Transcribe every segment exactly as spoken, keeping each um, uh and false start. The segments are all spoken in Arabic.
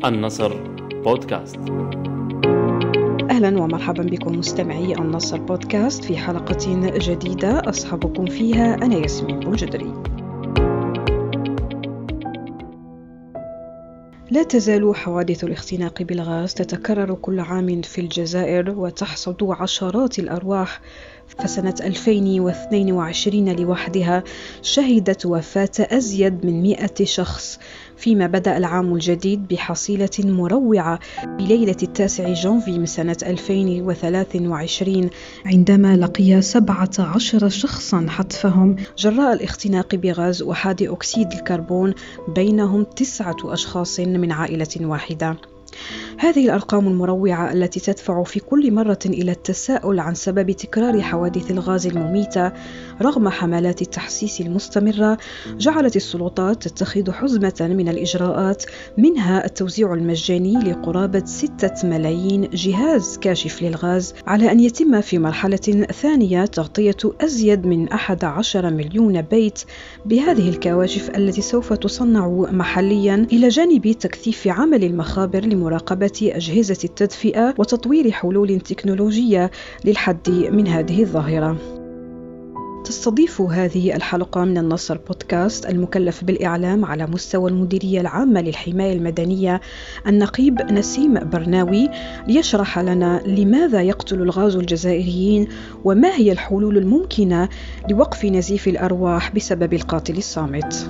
النصر بودكاست. أهلا ومرحبا بكم مستمعي النصر بودكاست في حلقة جديدة أصحبكم فيها أنا ياسمين بوجدري. لا تزال حوادث الاختناق بالغاز تتكرر كل عام في الجزائر وتحصد عشرات الأرواح، فسنة ألفين واثنين وعشرين لوحدها شهدت وفاة أزيد من مئة شخص، فيما بدأ العام الجديد بحصيلة مروعة بليلة التاسع جانفي من سنة ألفين وثلاثة وعشرين، عندما لقي سبعة عشر شخصا حتفهم جراء الاختناق بغاز أحادي أكسيد الكربون، بينهم تسعة أشخاص من عائلة واحدة. هذه الأرقام المروعة التي تدفع في كل مرة إلى التساؤل عن سبب تكرار حوادث الغاز المميتة رغم حملات التحسيس المستمرة جعلت السلطات تتخذ حزمة من الإجراءات، منها التوزيع المجاني لقرابة ستة ملايين جهاز كاشف للغاز، على أن يتم في مرحلة ثانية تغطية أزيد من أحد عشر مليون بيت بهذه الكواشف التي سوف تصنع محليا، إلى جانب تكثيف عمل المخابر لمراقبة أجهزة التدفئة وتطوير حلول تكنولوجية للحد من هذه الظاهرة. تستضيف هذه الحلقة من النصر بودكاست المكلف بالإعلام على مستوى المديرية العامة للحماية المدنية النقيب نسيم برناوي ليشرح لنا لماذا يقتل الغاز الجزائريين وما هي الحلول الممكنة لوقف نزيف الأرواح بسبب القاتل الصامت.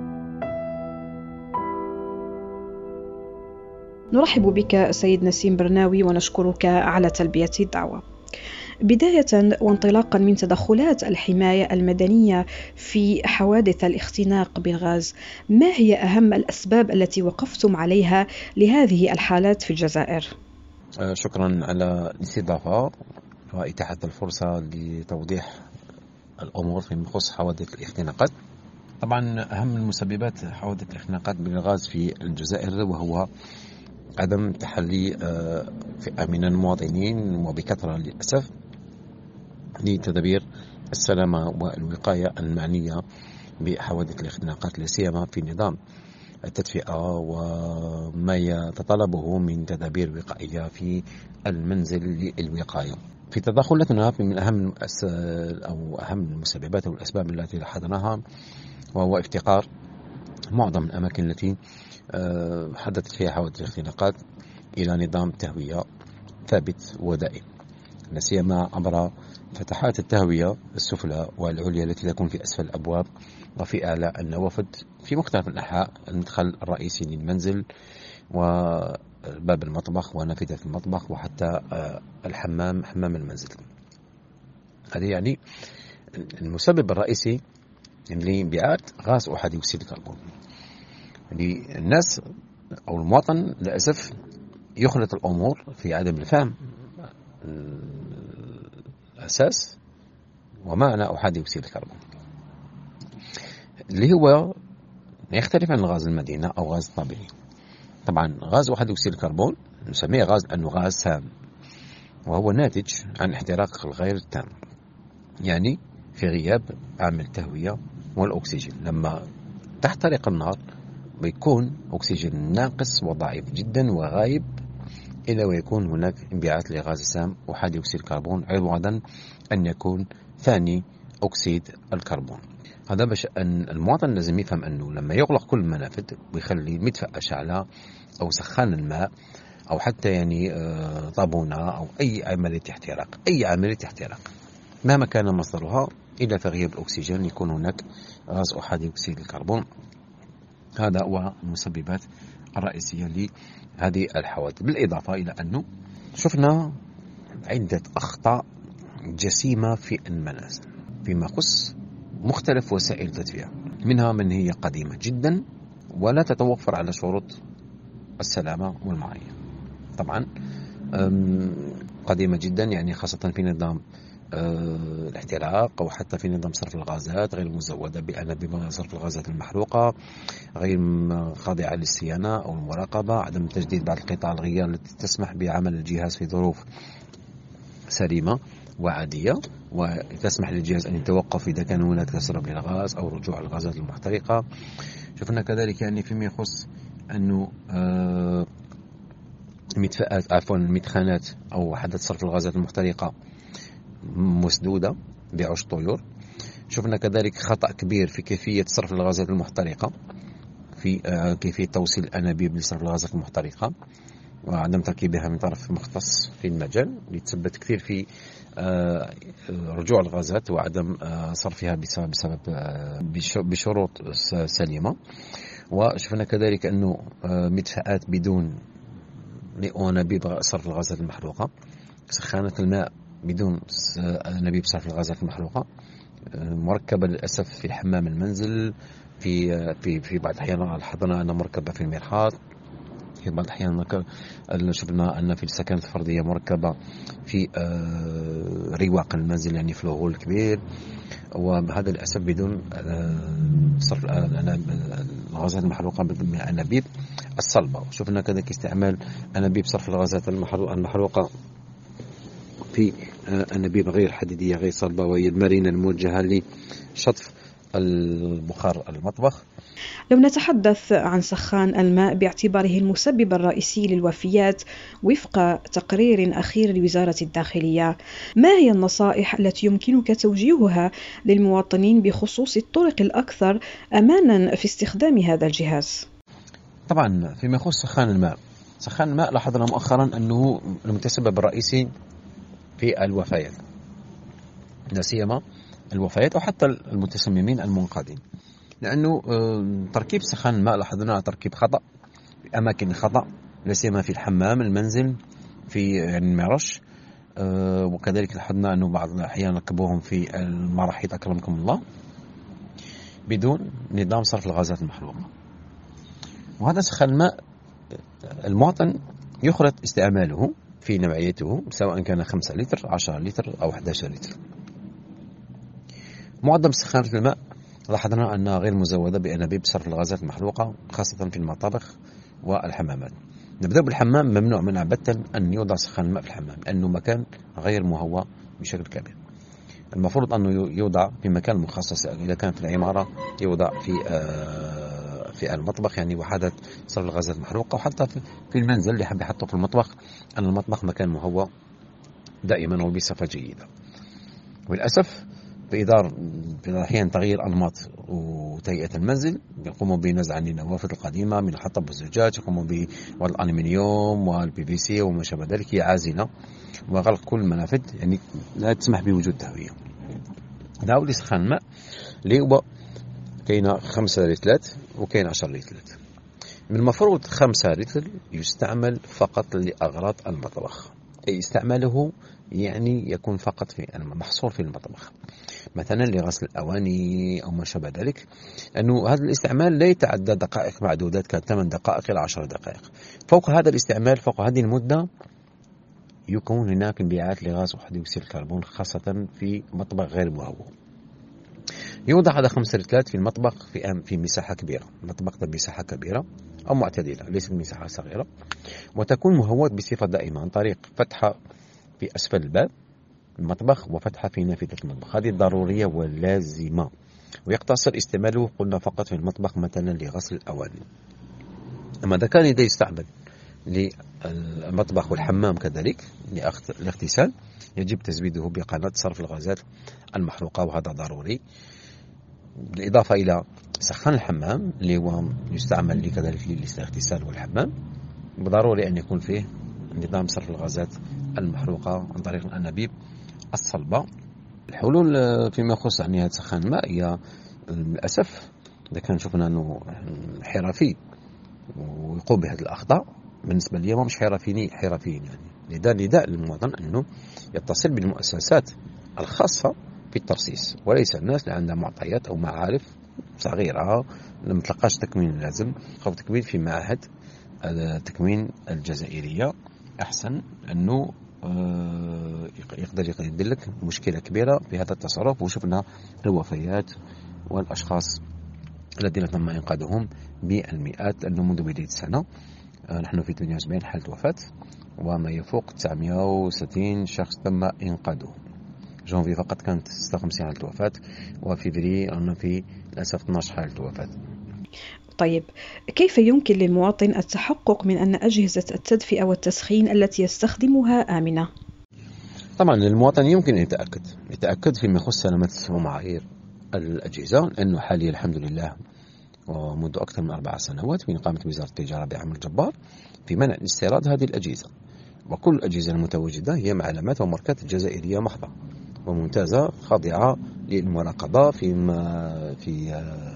نرحب بك سيد نسيم برناوي ونشكرك على تلبية الدعوة. بداية وانطلاقا من تدخلات الحماية المدنية في حوادث الاختناق بالغاز، ما هي أهم الأسباب التي وقفتم عليها لهذه الحالات في الجزائر؟ شكرا على الاستضافة وإتاحة الفرصة لتوضيح الأمور فيما يخص حوادث الاختناقات. طبعا أهم المسببات حوادث الاختناقات بالغاز في الجزائر وهو عدم تحلي فئة من المواطنين وبكثرة للأسف لتدابير السلامة والوقاية المعنية بحوادث الاختناقات، لا سيما في نظام التدفئة وما يتطلبه من تدابير وقائية في المنزل للوقاية. في تدخلاتنا من أهم أو أهم المسببات والأسباب التي لاحظناها وهو افتقار معظم الأماكن التي حدثت فيها حوادث الاختناقات إلى نظام تهوية ثابت ودائم، لا سيما عبر فتحات التهوية السفلى والعليا التي تكون في أسفل الأبواب وفي أعلى النوافذ في مختلف الأنحاء، المدخل الرئيسي للمنزل وباب المطبخ ونافذة المطبخ وحتى الحمام حمام المنزل. هذا يعني المسبب الرئيسي لانبعاث غاز أحادي أكسيد الكربون. الناس أو المواطن للأسف يخلط الأمور في عدم الفهم الأساس ومعنى أحادي أكسيد الكربون، اللي هو يختلف عن غاز المدينة أو غاز الطبيعي. طبعا غاز أحادي أكسيد الكربون نسميه غاز لأنه غاز سام، وهو ناتج عن احتراق الغير التام، يعني في غياب عامل التهوية والأكسجين. لما تحترق النار بيكون أكسجين ناقص وضعيف جدا وغايب، إلا ويكون هناك انبعاث لغاز سام أحادي أكسيد الكربون عوضا أن يكون ثاني أكسيد الكربون. هذا باش أن المواطن لازم يفهم أنه لما يغلق كل المنافذ ويخلي مدفأة شعلة أو سخان الماء أو حتى يعني طابونة أو أي عملية احتراق أي عملية احتراق مهما كان مصدرها، إلا في غياب الأكسجين يكون هناك غاز أحادي أكسيد الكربون. هذا هو المسببات الرئيسية لهذه الحوادث، بالإضافة إلى أنه شفنا عدة أخطاء جسيمة في المنازل فيما يخص مختلف وسائل التدفئة، منها من هي قديمة جدا ولا تتوفر على شروط السلامة والمعايير. طبعا قديمة جدا يعني خاصة في نظام الاحتراق أو حتى في نظام صرف الغازات غير مزودة بأنابيب صرف الغازات المحروقة، غير خاضعة للصيانة أو المراقبة، عدم تجديد بعض القطع الغيار التي تسمح بعمل الجهاز في ظروف سليمة وعادية وتسمح للجهاز أن يتوقف إذا كان هناك تسرب للغاز أو رجوع الغازات المحترقة. شفنا كذلك يعني فيما يخص أنه آه مدفأات عفوا المدخنات أو حدث صرف الغازات المحترقة مسدودة بعش طيور. شفنا كذلك خطأ كبير في كيفية صرف الغازات المحترقة، في آه كيفية توصيل الأنابيب لصرف الغازات المحترقة وعدم تركيبها من طرف مختص في المجال، لتثبت كثير في آه رجوع الغازات وعدم آه صرفها بسبب, بسبب آه بشروط سليمة. وشفنا كذلك أنه آه مدفأات بدون أنابيب صرف الغازات المحروقة، سخانة الماء بدون أنابيب صرف الغازات المحروقة، مركبة للأسف في حمام المنزل، في في في بعض الأحيان لاحظنا أن مركبة في المرحاض، في بعض الأحيان شفنا أن في السكنات الفردية مركبة في رواق المنزل يعني في الغول الكبير، وهذا للأسف بدون صرف الغازات المحروقة من الأنابيب الصلبة. شفنا كذلك استعمال أنابيب صرف الغازات المحروقة في أنابيب غير حديدية غير صلبة، وهي المرينة الموجهة لشطف البخار المطبخ. لو نتحدث عن سخان الماء باعتباره المسبب الرئيسي للوفيات وفق تقرير أخير لوزارة الداخلية، ما هي النصائح التي يمكنك توجيهها للمواطنين بخصوص الطرق الأكثر أمانا في استخدام هذا الجهاز؟ طبعا فيما يخص سخان الماء، سخان الماء لاحظنا مؤخرا أنه المتسبب الرئيسي في الوفيات، لا سيما الوفيات أو حتى المتسممين المنقذين، لأنه تركيب سخان الماء لاحظنا تركيب خطأ في أماكن خطأ، لا سيما في الحمام المنزل في يعني المرش، وكذلك لاحظنا أنه بعض الأحيان ركبوهم في المراحيض أكرمكم الله بدون نظام صرف الغازات المحروقة. وهذا سخان الماء المواطن يخرط استعماله في نوعيته سواء كان خمسة لتر عشرة لتر أو أحد عشر لتر. معظم سخانات الماء لاحظنا أنها غير مزودة بأنابيب صرف الغازات المحروقة خاصة في المطابخ والحمامات. نبدأ بالحمام، ممنوع منع بتا أن يوضع سخان الماء في الحمام لأنه مكان غير مهوى بشكل كبير. المفروض أنه يوضع في مكان مخصص، إذا كان في العمارة يوضع في في المطبخ يعني وحدة صرف الغازات المحروقة، وحتى في المنزل اللي حاب يحطه في المطبخ أن المطبخ مكان مهوى دائما وبصفة جيدة. وللأسف بإدارة في أحيان تغيير أنماط وتهيئة المنزل يقوموا بنزع النوافذ القديمة من الحطب والزجاج، يقوموا بالألمنيوم والبي في سي وما شابه ذلك، هي عازلة، وغلق كل المنافذ يعني لا تسمح بوجود تهوية. داول سخان الماء اللي هو كاين خمسة لترات وكاين عشر لترات. من المفروض خمسة لتر يستعمل فقط لأغراض المطبخ، أي استعماله يعني يكون فقط في محصور في المطبخ، مثلا لغسل الأواني أو ما شابه ذلك، أنه هذا الاستعمال لا يتعدى دقائق معدودات، كان ثمان دقائق إلى عشر دقائق. فوق هذا الاستعمال، فوق هذه المدة، يكون هناك انبعاث لغاز أحادي أكسيد الكربون خاصة في مطبخ غير مهوى. يوضع على خمسة لترات في المطبخ في في مساحة كبيرة، المطبخ بمساحة كبيرة أو معتدلة ليست مساحة صغيرة، وتكون مهوّة بصفة دائمة عن طريق فتحة في أسفل الباب المطبخ وفتحة في نافذة المطبخ، هذه ضرورية ولازمة. ويقتصر استعماله قلنا فقط في المطبخ مثلا لغسل الأواني. أما إذا كان يدا يستعمل للمطبخ والحمام كذلك للاغتسال، يجب تزويده بقناة صرف الغازات المحروقة، وهذا ضروري. بالإضافة إلى سخان الحمام اللي هو يستعمل كذلك للاغتسال والحمام، ضروري أن يكون فيه نظام صرف الغازات المحروقة عن طريق الأنابيب الصلبة. الحلول فيما يخص يعني هذا سخان الماء هي للأسف إذا كان شفنا أنه حرفي ويقوم بهذه الأخطاء، بالنسبة لي مش حرفيين حرفيين يعني لذا نداء للمواطن أنه يتصل بالمؤسسات الخاصة في الترصيص، وليس الناس اللي عندها معطيات أو معارف صغيرة لم تلقاش تكوين لازم أو تكوين في معهد التكوين الجزائرية أحسن، أنه يقدر يدير لك مشكلة كبيرة في هذا التصرف. وشفنا الوفيات والأشخاص الذين تم إنقاذهم بالمئات، أنه منذ بداية السنة نحن في ثمانية وسبعين حالة وفاة وما يفوق تسعمائة وستين شخص تم إنقاذهم. جانفي فقط كانت ستة وخمسين حالة وفاة، وفي فبراير أنا في للأسف اثناشر حالة وفاة. طيب، كيف يمكن للمواطن التحقق من أن أجهزة التدفئة والتسخين التي يستخدمها آمنة؟ طبعا المواطن يمكن أن يتأكد يتأكد فيما يخص سلامة ومعايير الأجهزة، لأنه حاليا الحمد لله ومنذ أكثر من أربع سنوات من قامت وزارة التجارة بعمل جبار في منع استيراد هذه الأجهزة، وكل الأجهزة المتواجدة هي معلمات وماركات جزائرية محضة وممتازة خاضعة للمراقبة في في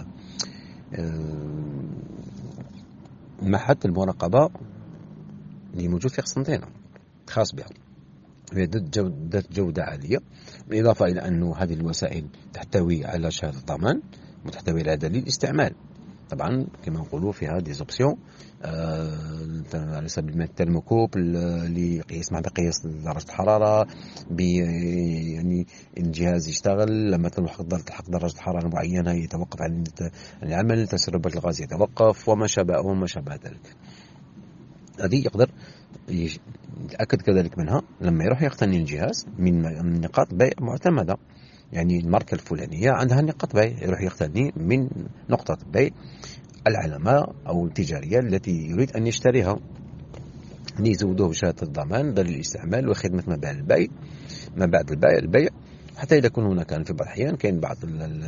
معهد المراقبة اللي موجود في قسنطينة خاص بها، ذات جودة عالية، بالإضافة إلى أن هذه الوسائل تحتوي على شهادة ضمان وتحتوي على دليل استعمال. طبعا كما نقولوا فيها ديزوبسيون آه على سبيل المثال الترموكوب اللي يقيس مع بقياس درجة الحرارة، يعني الجهاز يشتغل لما تلحق درجة حرارة معينة يتوقف عن العمل، تسرب الغاز يتوقف وما شابه وما شابه ذلك. هذه يقدر يتأكد كذلك منها لما يروح يقتني الجهاز من نقاط بيع معتمدة، يعني الماركة الفلانية عندها نقاط بيع، يروح يقتني من نقطة بيع العلامة أو التجارية التي يريد أن يشتريها، يزودوه بشهادة الضمان، دليل الاستعمال وخدمة ما بعد البيع ما بعد البيع البيع حتى إذا يكون هناك في بعض الأحيان كاين بعض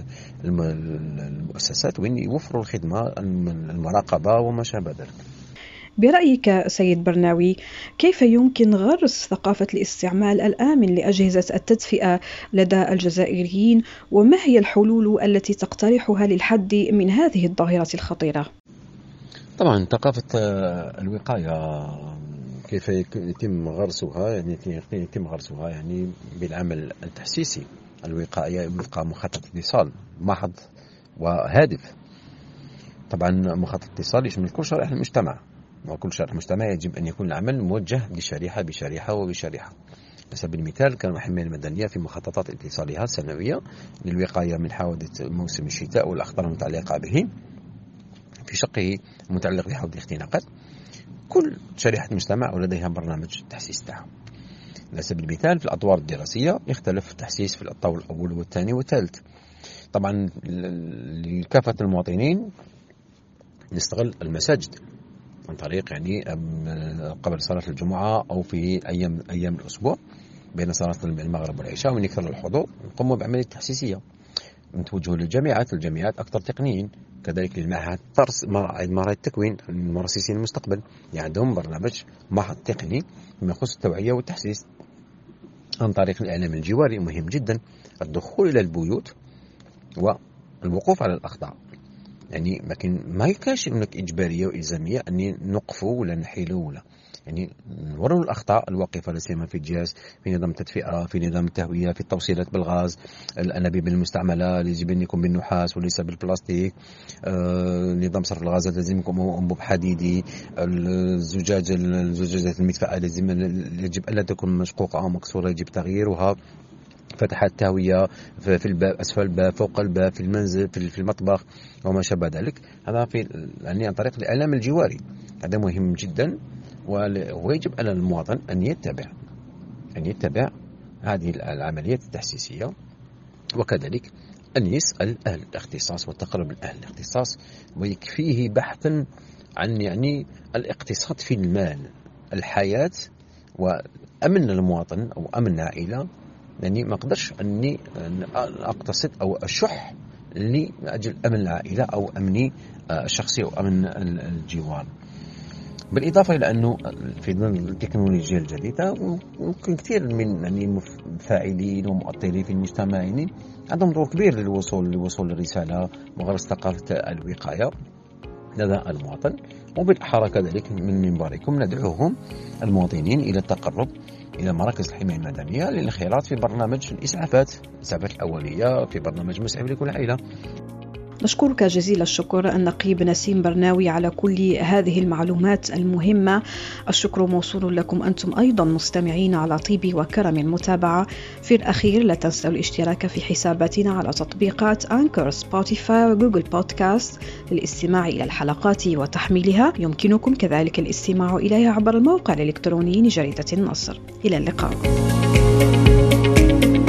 المؤسسات وين يوفروا الخدمة المراقبة وما شابه ذلك. برأيك سيد برناوي، كيف يمكن غرس ثقافة الاستعمال الآمن لأجهزة التدفئة لدى الجزائريين، وما هي الحلول التي تقترحها للحد من هذه الظاهرة الخطيرة؟ طبعا ثقافة الوقاية كيف يتم غرسها، يعني يتم غرسها يعني بالعمل التحسيسي. الوقاية يبقى مخطط اتصال محض وهادف. طبعا مخطط اتصال يشمل كل شرائح المجتمع، وكل شريحة مجتمع يجب أن يكون العمل موجه لشريحة بشريحة وبشريحة. على سبيل المثال كان الحماية المدنية في مخططات اتصالها السنوية للوقاية من حوادث موسم الشتاء والأخطار المتعلقة به في شقه المتعلق بحوادث الاختناقات، كل شريحة مجتمع ولديها برنامج تحسيس تاعها. على سبيل المثال في الأدوار الدراسية يختلف التحسيس في الطور الأول والثاني والثالث. طبعا لكافة المواطنين نستغل المساجد عن طريق يعني قبل صلاة الجمعة أو في أيام أيام الأسبوع بين صلاة المغرب والعشاء، ومن يكثر الحضور نقوم بعملية تحسيسية. نتوجه للجامعات الجامعات أكثر تقنيين، كذلك للمعهد طرس معهد التكوين المؤسسين المستقبل يعني عندهم برنامج معهد تقني فيما يخص التوعية والتحسيس عن طريق الإعلام الجواري. مهم جدا الدخول إلى البيوت والوقوف على الأخطاء، يعني لكن ما يكاش انك اجباريه والزاميه اني نقفوا ولا نحيلوا ولا يعني نوروا الاخطاء الواقفه لسيما في الجهاز، في نظام التدفئه، في نظام التهويه، في التوصيلات بالغاز، الانابيب المستعمله اللي يجب ان يكون بالنحاس وليس بالبلاستيك، آه، نظام صرف الغازات لازم يكون انبوب حديدي، الزجاج الزجاجات المدفئه لازم يجب الا تكون مشقوقه او مكسوره يجب تغييرها، فتحات تهوية في الباب، أسفل الباب، فوق الباب، في المنزل، في المطبخ وما شابه ذلك. هذا في يعني عن طريق الإعلام الجواري، هذا مهم جدا، ويجب على المواطن أن يتبع أن يتبع هذه العمليات التحسيسية، وكذلك أن يسأل أهل الاختصاص والتقرب لأهل الاختصاص، ويكفيه بحثا عن يعني الاقتصاد في المال، الحياة وأمن المواطن أو أمن العائلة. يعني ما أقدرش أني أقتصد أو أشح لأجل أمن العائلة أو أمني الشخصي أو أمن الجوار. بالإضافة إلى أنه في التكنولوجيا الجديدة ممكن كثير من يعني فاعلين ومؤثرين في المجتمع يعني عندهم دور كبير للوصول للوصول للرسالة وغرس ثقافة الوقاية لدى المواطن، وبالأحرى كذلك من منبركم ندعوهم المواطنين إلى التقرب إلى مراكز الحماية المدنية للانخراط في برنامج الإسعافات الإسعافات الأولية، في برنامج مسعف لكل عائلة. نشكرك جزيل الشكر النقيب نسيم برناوي على كل هذه المعلومات المهمة. الشكر موصول لكم أنتم أيضا مستمعين على طيب وكرم المتابعة. في الأخير لا تنسوا الاشتراك في حساباتنا على تطبيقات أنكر، سبوتيفاي وجوجل بودكاست للاستماع إلى الحلقات وتحميلها. يمكنكم كذلك الاستماع إليها عبر الموقع الإلكتروني لجريدة النصر. إلى اللقاء.